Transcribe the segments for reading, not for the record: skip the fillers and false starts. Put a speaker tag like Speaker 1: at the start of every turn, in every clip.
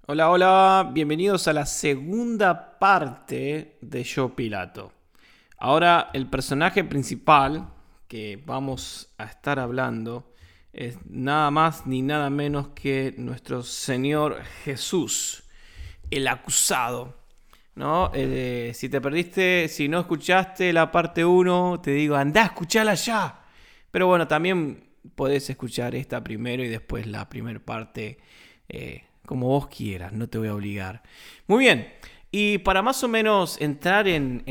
Speaker 1: Hola, hola, bienvenidos a la segunda parte de Yo Pilato. Ahora el personaje principal que vamos a estar hablando es nada más ni nada menos que nuestro Señor Jesús, el acusado. ¿No? Si te perdiste, si no escuchaste la parte uno, te digo, andá a escucharla ya. Pero bueno, también podés escuchar esta primero y después la primera parte, como vos quieras, no te voy a obligar. Muy bien, y para más o menos entrar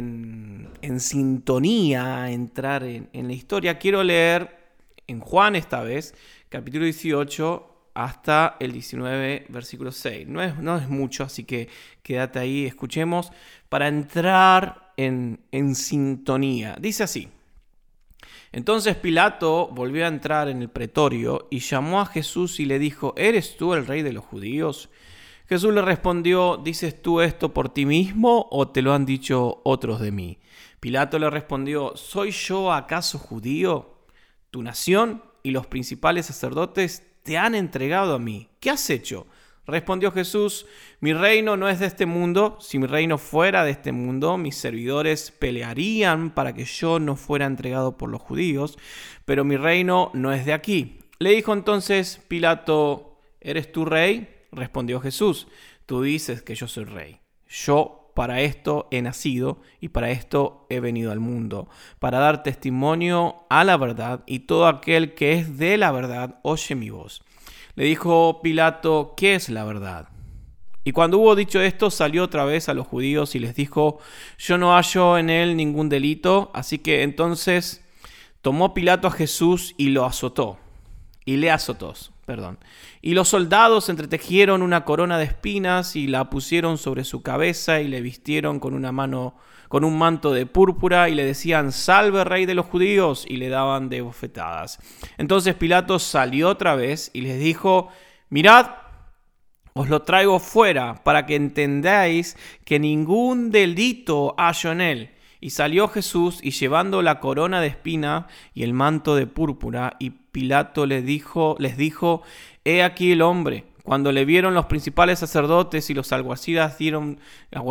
Speaker 1: en sintonía, entrar en la historia, quiero leer en Juan esta vez, capítulo 18 hasta el 19, versículo 6. No es mucho, así que quédate ahí, escuchemos, para entrar en sintonía. Dice así: Entonces Pilato volvió a entrar en el pretorio y llamó a Jesús y le dijo: ¿Eres tú el rey de los judíos? Jesús le respondió: ¿Dices tú esto por ti mismo o te lo han dicho otros de mí? Pilato le respondió: ¿Soy yo acaso judío? Tu nación y los principales sacerdotes te han entregado a mí. ¿Qué has hecho? Respondió Jesús: Mi reino no es de este mundo. Si mi reino fuera de este mundo, mis servidores pelearían para que yo no fuera entregado por los judíos, pero mi reino no es de aquí. Le dijo entonces Pilato: ¿Eres tú rey? Respondió Jesús: Tú dices que yo soy rey. Yo para esto he nacido y para esto he venido al mundo, para dar testimonio a la verdad, y todo aquel que es de la verdad oye mi voz. Le dijo Pilato: ¿Qué es la verdad? Y cuando hubo dicho esto, salió otra vez a los judíos y les dijo: Yo no hallo en él ningún delito. Así que entonces tomó Pilato a Jesús y lo azotó. Y le azotó, perdón. Y los soldados entretejieron una corona de espinas y la pusieron sobre su cabeza y le vistieron con un manto de púrpura y le decían: Salve, rey de los judíos, y le daban de bofetadas. Entonces Pilato salió otra vez y les dijo: Mirad, os lo traigo fuera para que entendáis que ningún delito hallo en él. Y salió Jesús y llevando la corona de espina y el manto de púrpura, y Pilato les dijo: He aquí el hombre. Cuando le vieron los principales sacerdotes y los alguaciles dieron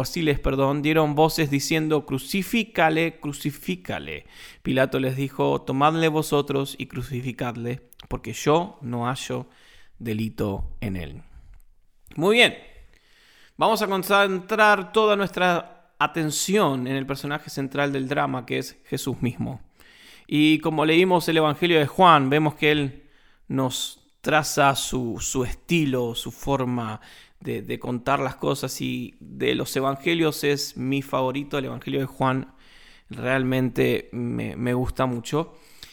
Speaker 1: voces diciendo: Crucifícale, crucifícale. Pilato les dijo: Tomadle vosotros y crucificadle, porque yo no hallo delito en él. Muy bien, vamos a concentrar toda nuestra atención en el personaje central del drama, que es Jesús mismo. Y como leímos el Evangelio de Juan, vemos que él nos traza su estilo, su forma de contar las cosas, y de los evangelios es mi favorito, el Evangelio de Juan. Realmente me gusta mucho,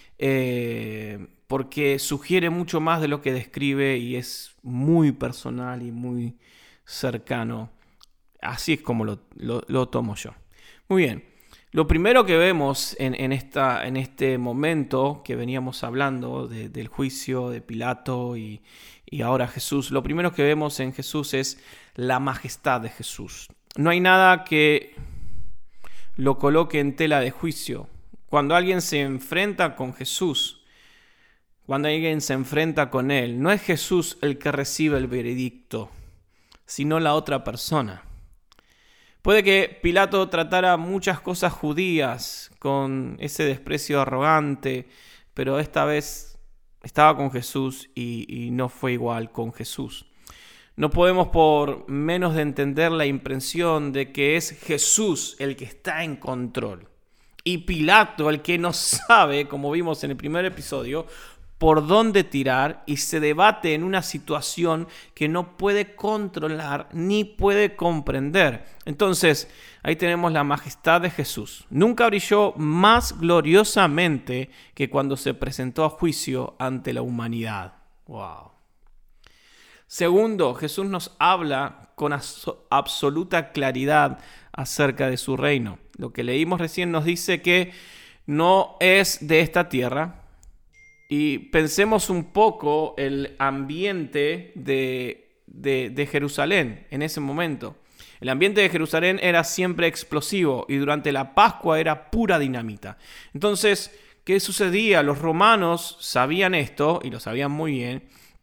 Speaker 1: porque sugiere mucho más de lo que describe y es muy personal y muy cercano. Así es como lo tomo yo. Muy bien. Lo primero que vemos en este momento que veníamos hablando del juicio de Pilato y ahora Jesús, lo primero que vemos en Jesús es la majestad de Jesús. No hay nada que lo coloque en tela de juicio. Cuando alguien se enfrenta con Jesús, cuando alguien se enfrenta con él, no es Jesús el que recibe el veredicto, sino la otra persona. Puede que Pilato tratara muchas cosas judías con ese desprecio arrogante, pero esta vez estaba con Jesús y no fue igual con Jesús. No podemos por menos de entender la impresión de que es Jesús el que está en control y Pilato el que no sabe, como vimos en el primer episodio, por dónde tirar, y se debate en una situación que no puede controlar ni puede comprender. Entonces, ahí tenemos la majestad de Jesús. Nunca brilló más gloriosamente que cuando se presentó a juicio ante la humanidad. ¡Wow! Segundo, Jesús nos habla con absoluta claridad acerca de su reino. Lo que leímos recién nos dice que no es de esta tierra. Y pensemos un poco el ambiente de Jerusalén en ese momento. El ambiente de Jerusalén era siempre explosivo y durante la Pascua era pura dinamita. Entonces, ¿qué sucedía? Los romanos sabían esto y lo sabían muy bien.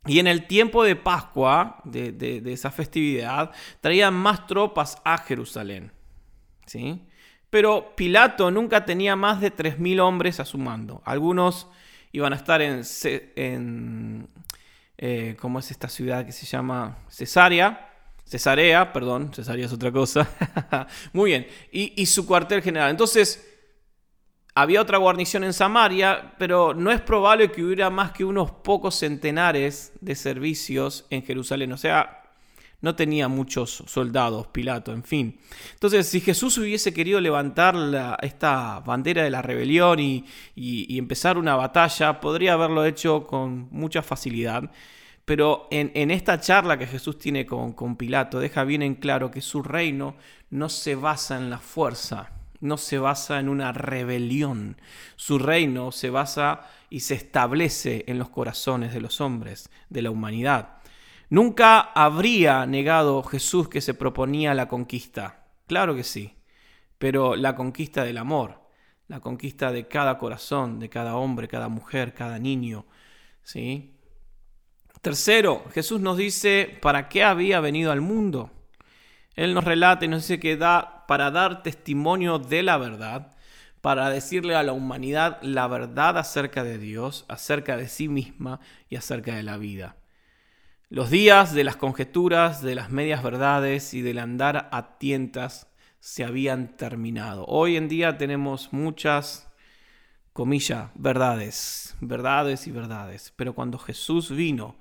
Speaker 1: Y en el tiempo de Pascua, de esa festividad, traían más tropas a Jerusalén. ¿Sí? Pero Pilato nunca tenía más de 3.000 hombres a su mando. Algunos iban a estar ¿cómo es esta ciudad que se llama? Cesarea, Cesarea es otra cosa. Muy bien. Y su cuartel general. Entonces, había otra guarnición en Samaria, pero no es probable que hubiera más que unos pocos centenares de servicios en Jerusalén. O sea, no tenía muchos soldados, Pilato, en fin. Entonces, si Jesús hubiese querido levantar esta bandera de la rebelión y empezar una batalla, podría haberlo hecho con mucha facilidad. Pero en esta charla que Jesús tiene con Pilato, deja bien en claro que su reino no se basa en la fuerza, no se basa en una rebelión. Su reino se basa y se establece en los corazones de los hombres, de la humanidad. Nunca habría negado Jesús que se proponía la conquista. Claro que sí, pero la conquista del amor, la conquista de cada corazón, de cada hombre, cada mujer, cada niño. ¿Sí? Tercero, Jesús nos dice para qué había venido al mundo. Él nos relata y nos dice que para dar testimonio de la verdad, para decirle a la humanidad la verdad acerca de Dios, acerca de sí misma y acerca de la vida. Los días de las conjeturas, de las medias verdades y del andar a tientas se habían terminado. Hoy en día tenemos muchas, comillas, verdades y verdades. Pero cuando Jesús vino,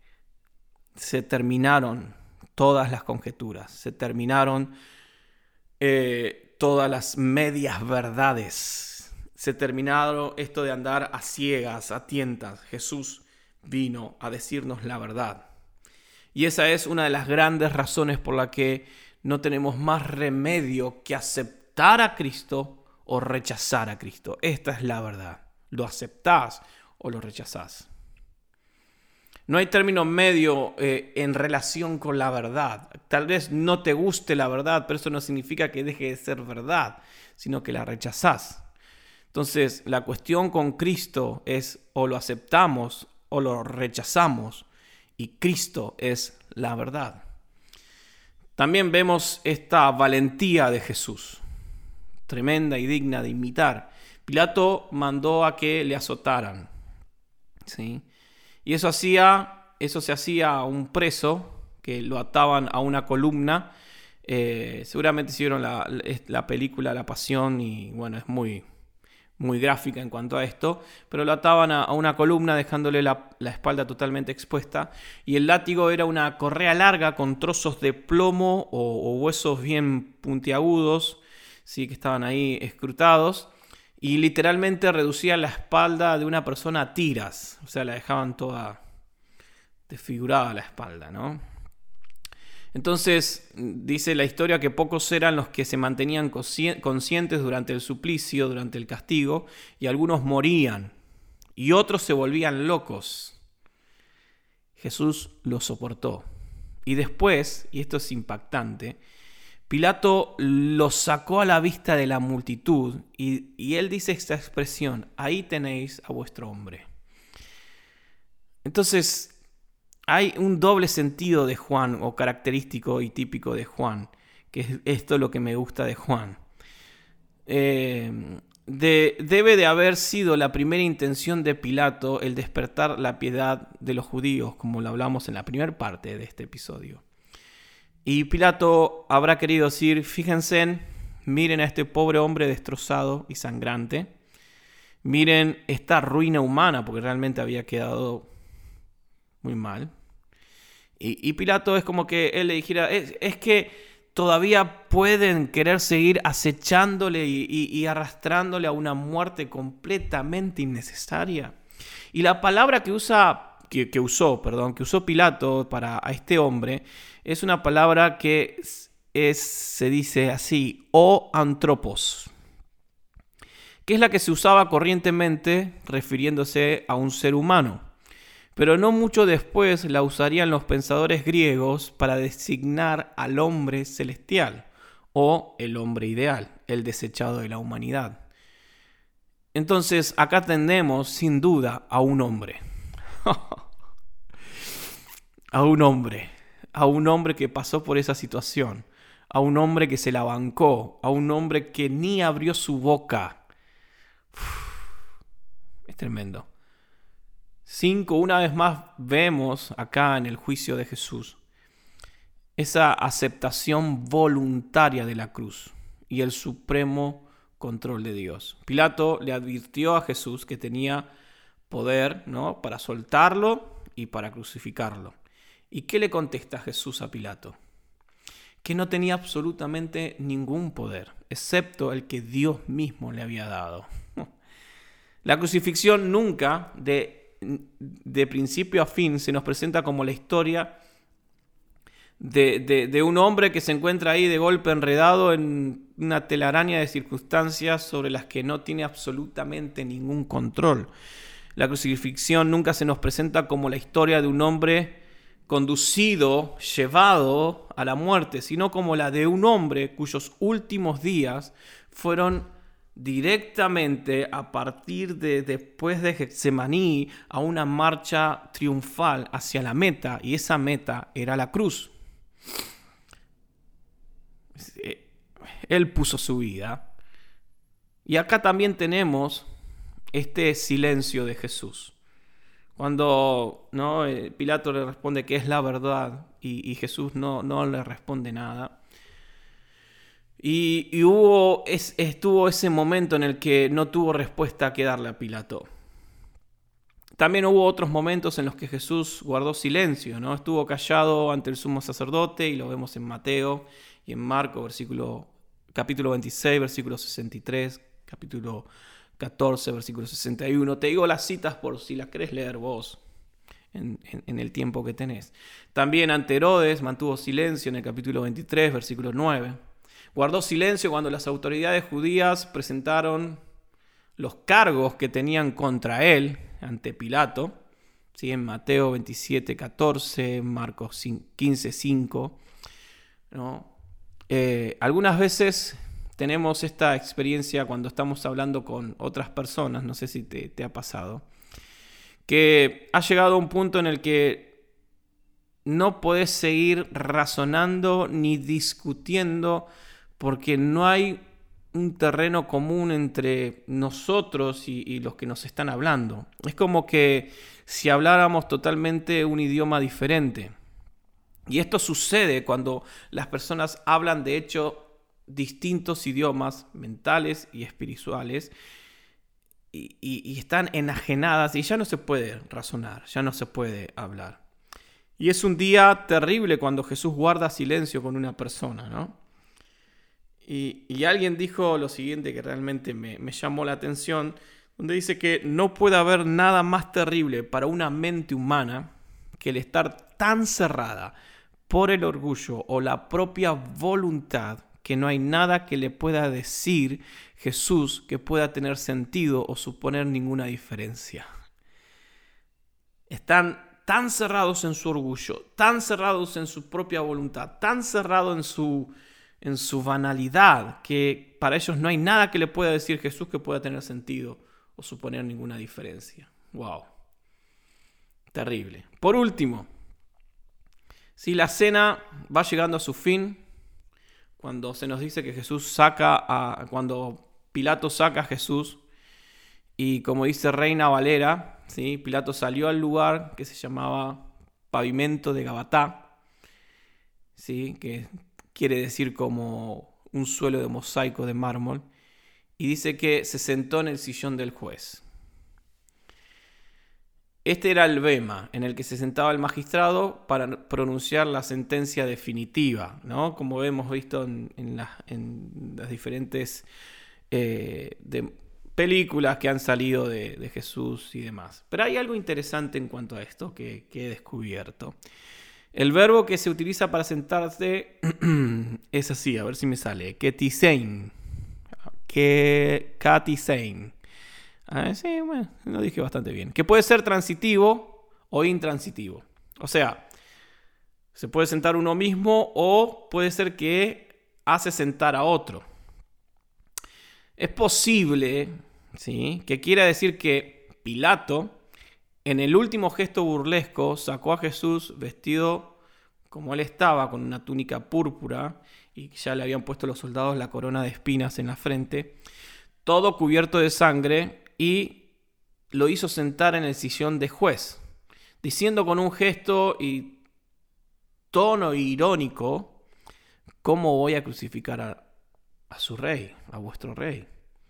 Speaker 1: se terminaron todas las conjeturas, se terminaron todas las medias verdades, se terminaron esto de andar a ciegas, a tientas. Jesús vino a decirnos la verdad. Y esa es una de las grandes razones por la que no tenemos más remedio que aceptar a Cristo o rechazar a Cristo. Esta es la verdad. ¿Lo aceptás o lo rechazás? No hay término medio en relación con la verdad. Tal vez no te guste la verdad, pero eso no significa que deje de ser verdad, sino que la rechazás. Entonces, la cuestión con Cristo es o lo aceptamos o lo rechazamos, y Cristo es la verdad. También vemos esta valentía de Jesús, tremenda y digna de imitar. Pilato mandó a que le azotaran, ¿sí? Y eso se hacía a un preso, que lo ataban a una columna. Seguramente si vieron la película La Pasión, y bueno, es muy, muy gráfica en cuanto a esto, pero lo ataban a una columna dejándole la espalda totalmente expuesta, y el látigo era una correa larga con trozos de plomo o huesos bien puntiagudos, sí, que estaban ahí escrutados. Y literalmente reducía la espalda de una persona a tiras. O sea, la dejaban toda desfigurada la espalda, ¿no? Entonces, dice la historia que pocos eran los que se mantenían conscientes durante el suplicio, durante el castigo, y algunos morían, y otros se volvían locos. Jesús lo soportó. Y después, y esto es impactante, Pilato lo sacó a la vista de la multitud y él dice esta expresión: ahí tenéis a vuestro hombre. Entonces, hay un doble sentido de Juan, o característico y típico de Juan, que es esto lo que me gusta de Juan. Debe de haber sido la primera intención de Pilato el despertar la piedad de los judíos, como lo hablamos en la primera parte de este episodio. Y Pilato habrá querido decir: fíjense, miren a este pobre hombre destrozado y sangrante. Miren esta ruina humana, porque realmente había quedado muy mal. Y Pilato es como que él le dijera: es que todavía pueden querer seguir acechándole y arrastrándole a una muerte completamente innecesaria. Y la palabra que usó Pilato para a este hombre es una palabra que se dice así: o antropos, que es la que se usaba corrientemente refiriéndose a un ser humano. Pero no mucho después la usarían los pensadores griegos para designar al hombre celestial o el hombre ideal, el desechado de la humanidad. Entonces acá tenemos sin duda a un hombre. a un hombre que pasó por esa situación, a un hombre que se la bancó, a un hombre que ni abrió su boca. Es tremendo. 5, una vez más vemos acá en el juicio de Jesús esa aceptación voluntaria de la cruz y el supremo control de Dios. Pilato le advirtió a Jesús que tenía poder, ¿no?, para soltarlo y para crucificarlo. ¿Y qué le contesta Jesús a Pilato? Que no tenía absolutamente ningún poder, excepto el que Dios mismo le había dado. La crucifixión nunca, de principio a fin, se nos presenta como la historia de un hombre que se encuentra ahí de golpe enredado en una telaraña de circunstancias sobre las que no tiene absolutamente ningún control. La crucifixión nunca se nos presenta como la historia de un hombre conducido, llevado a la muerte, sino como la de un hombre cuyos últimos días fueron directamente a partir de después de Getsemaní a una marcha triunfal hacia la meta, y esa meta era la cruz. Él puso su vida. Y acá también tenemos este silencio de Jesús. Cuando, ¿no?, Pilato le responde que es la verdad y Jesús no le responde nada. Y estuvo ese momento en el que no tuvo respuesta que darle a Pilato. También hubo otros momentos en los que Jesús guardó silencio, ¿no? Estuvo callado ante el sumo sacerdote, y lo vemos en Mateo y en Marcos, capítulo 26, versículo 63, capítulo 14, versículo 61. Te digo las citas por si las querés leer vos en el tiempo que tenés. También ante Herodes mantuvo silencio en el capítulo 23, versículo 9. Guardó silencio cuando las autoridades judías presentaron los cargos que tenían contra él ante Pilato, ¿sí?, en Mateo 27, 14, Marcos 15, 5, ¿no? Algunas veces tenemos esta experiencia cuando estamos hablando con otras personas, no sé si te ha pasado, que ha llegado a un punto en el que no podés seguir razonando ni discutiendo porque no hay un terreno común entre nosotros y los que nos están hablando. Es como que si habláramos totalmente un idioma diferente. Y esto sucede cuando las personas hablan, de hecho, distintos idiomas mentales y espirituales y están enajenadas y ya no se puede razonar, ya no se puede hablar. Y es un día terrible cuando Jesús guarda silencio con una persona, ¿no? Y alguien dijo lo siguiente que realmente me llamó la atención, donde dice que no puede haber nada más terrible para una mente humana que el estar tan cerrada por el orgullo o la propia voluntad que no hay nada que le pueda decir Jesús que pueda tener sentido o suponer ninguna diferencia. Están tan cerrados en su orgullo, tan cerrados en su propia voluntad, tan cerrados en su banalidad, que para ellos no hay nada que le pueda decir Jesús que pueda tener sentido o suponer ninguna diferencia. ¡Wow! Terrible. Por último, si la cena va llegando a su fin, cuando se nos dice que cuando Pilato saca a Jesús, y como dice Reina Valera, ¿sí?, Pilato salió al lugar que se llamaba Pavimento de Gabatá, ¿sí?, que quiere decir como un suelo de mosaico de mármol, y dice que se sentó en el sillón del juez. Este era el bema en el que se sentaba el magistrado para pronunciar la sentencia definitiva, ¿no? Como hemos visto en las diferentes películas que han salido de Jesús y demás. Pero hay algo interesante en cuanto a esto que he descubierto. El verbo que se utiliza para sentarse es así, a ver si me sale. Ketisein. Katisein. Sí, bueno, lo dije bastante bien. Que puede ser transitivo o intransitivo. O sea, se puede sentar uno mismo o puede ser que hace sentar a otro. Es posible, ¿sí?, que quiera decir que Pilato en el último gesto burlesco sacó a Jesús vestido como él estaba, con una túnica púrpura, y ya le habían puesto los soldados la corona de espinas en la frente, todo cubierto de sangre, y lo hizo sentar en el sillón de juez, diciendo con un gesto y tono irónico: ¿cómo voy a crucificar a su rey, a vuestro rey?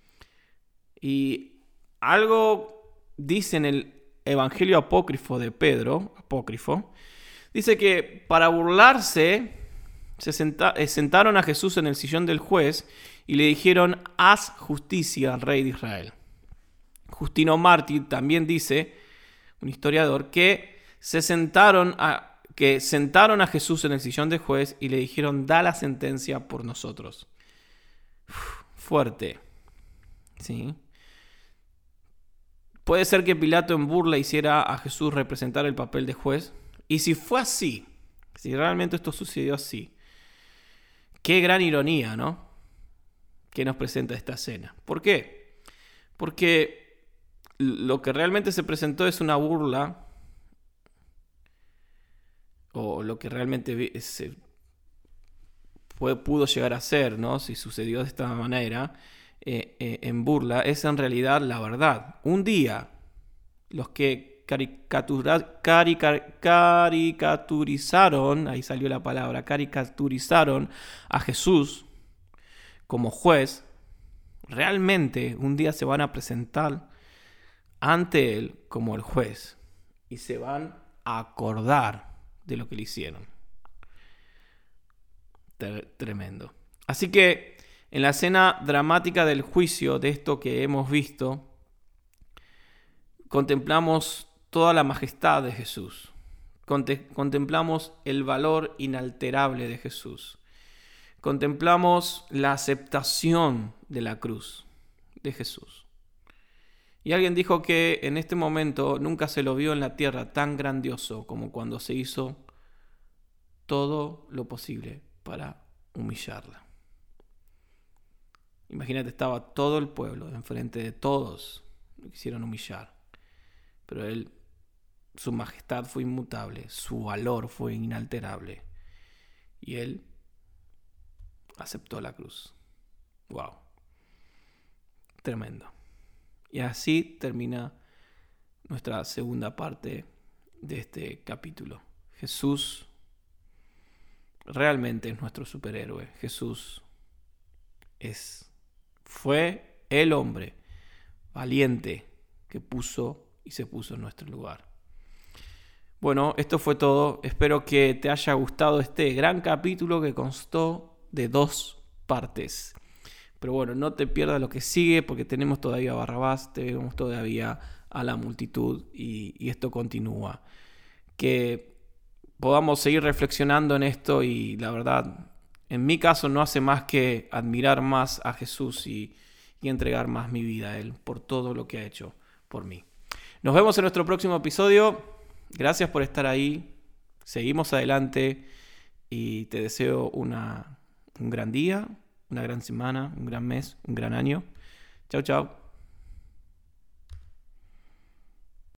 Speaker 1: Y algo dice en el Evangelio apócrifo de Pedro, dice que para burlarse sentaron a Jesús en el sillón del juez y le dijeron: haz justicia al rey de Israel. Justino Mártir también dice, un historiador, que sentaron a Jesús en el sillón del juez y le dijeron: da la sentencia por nosotros. Fuerte. ¿Sí? Puede ser que Pilato en burla hiciera a Jesús representar el papel de juez. Y si fue así, si realmente esto sucedió así, qué gran ironía, ¿no?, que nos presenta esta escena. ¿Por qué? Porque lo que realmente se presentó es una burla, o lo que realmente pudo llegar a ser, ¿no?, si sucedió de esta manera, en burla, es en realidad la verdad. Un día, los que caricaturizaron, ahí salió la palabra, caricaturizaron a Jesús como juez, realmente un día se van a presentar ante él como el juez y se van a acordar de lo que le hicieron. Tremendo. Así que en la escena dramática del juicio, de esto que hemos visto, contemplamos toda la majestad de Jesús. Contemplamos el valor inalterable de Jesús. Contemplamos la aceptación de la cruz de Jesús. Y alguien dijo que en este momento nunca se lo vio en la tierra tan grandioso como cuando se hizo todo lo posible para humillarla. Imagínate, estaba todo el pueblo enfrente de todos, lo quisieron humillar, pero él, su majestad fue inmutable, su valor fue inalterable, y él aceptó la cruz. Wow, tremendo. Y así termina nuestra segunda parte de este capítulo. Jesús realmente es nuestro superhéroe. Jesús fue el hombre valiente que se puso en nuestro lugar. Bueno, esto fue todo. Espero que te haya gustado este gran capítulo que constó de 2 partes. Pero bueno, no te pierdas lo que sigue, porque tenemos todavía a Barrabás, tenemos todavía a la multitud, y esto continúa. Que podamos seguir reflexionando en esto, y la verdad, en mi caso no hace más que admirar más a Jesús y entregar más mi vida a Él por todo lo que ha hecho por mí. Nos vemos en nuestro próximo episodio. Gracias por estar ahí. Seguimos adelante y te deseo un gran día, una gran semana, un gran mes, un gran año. Chao, chao.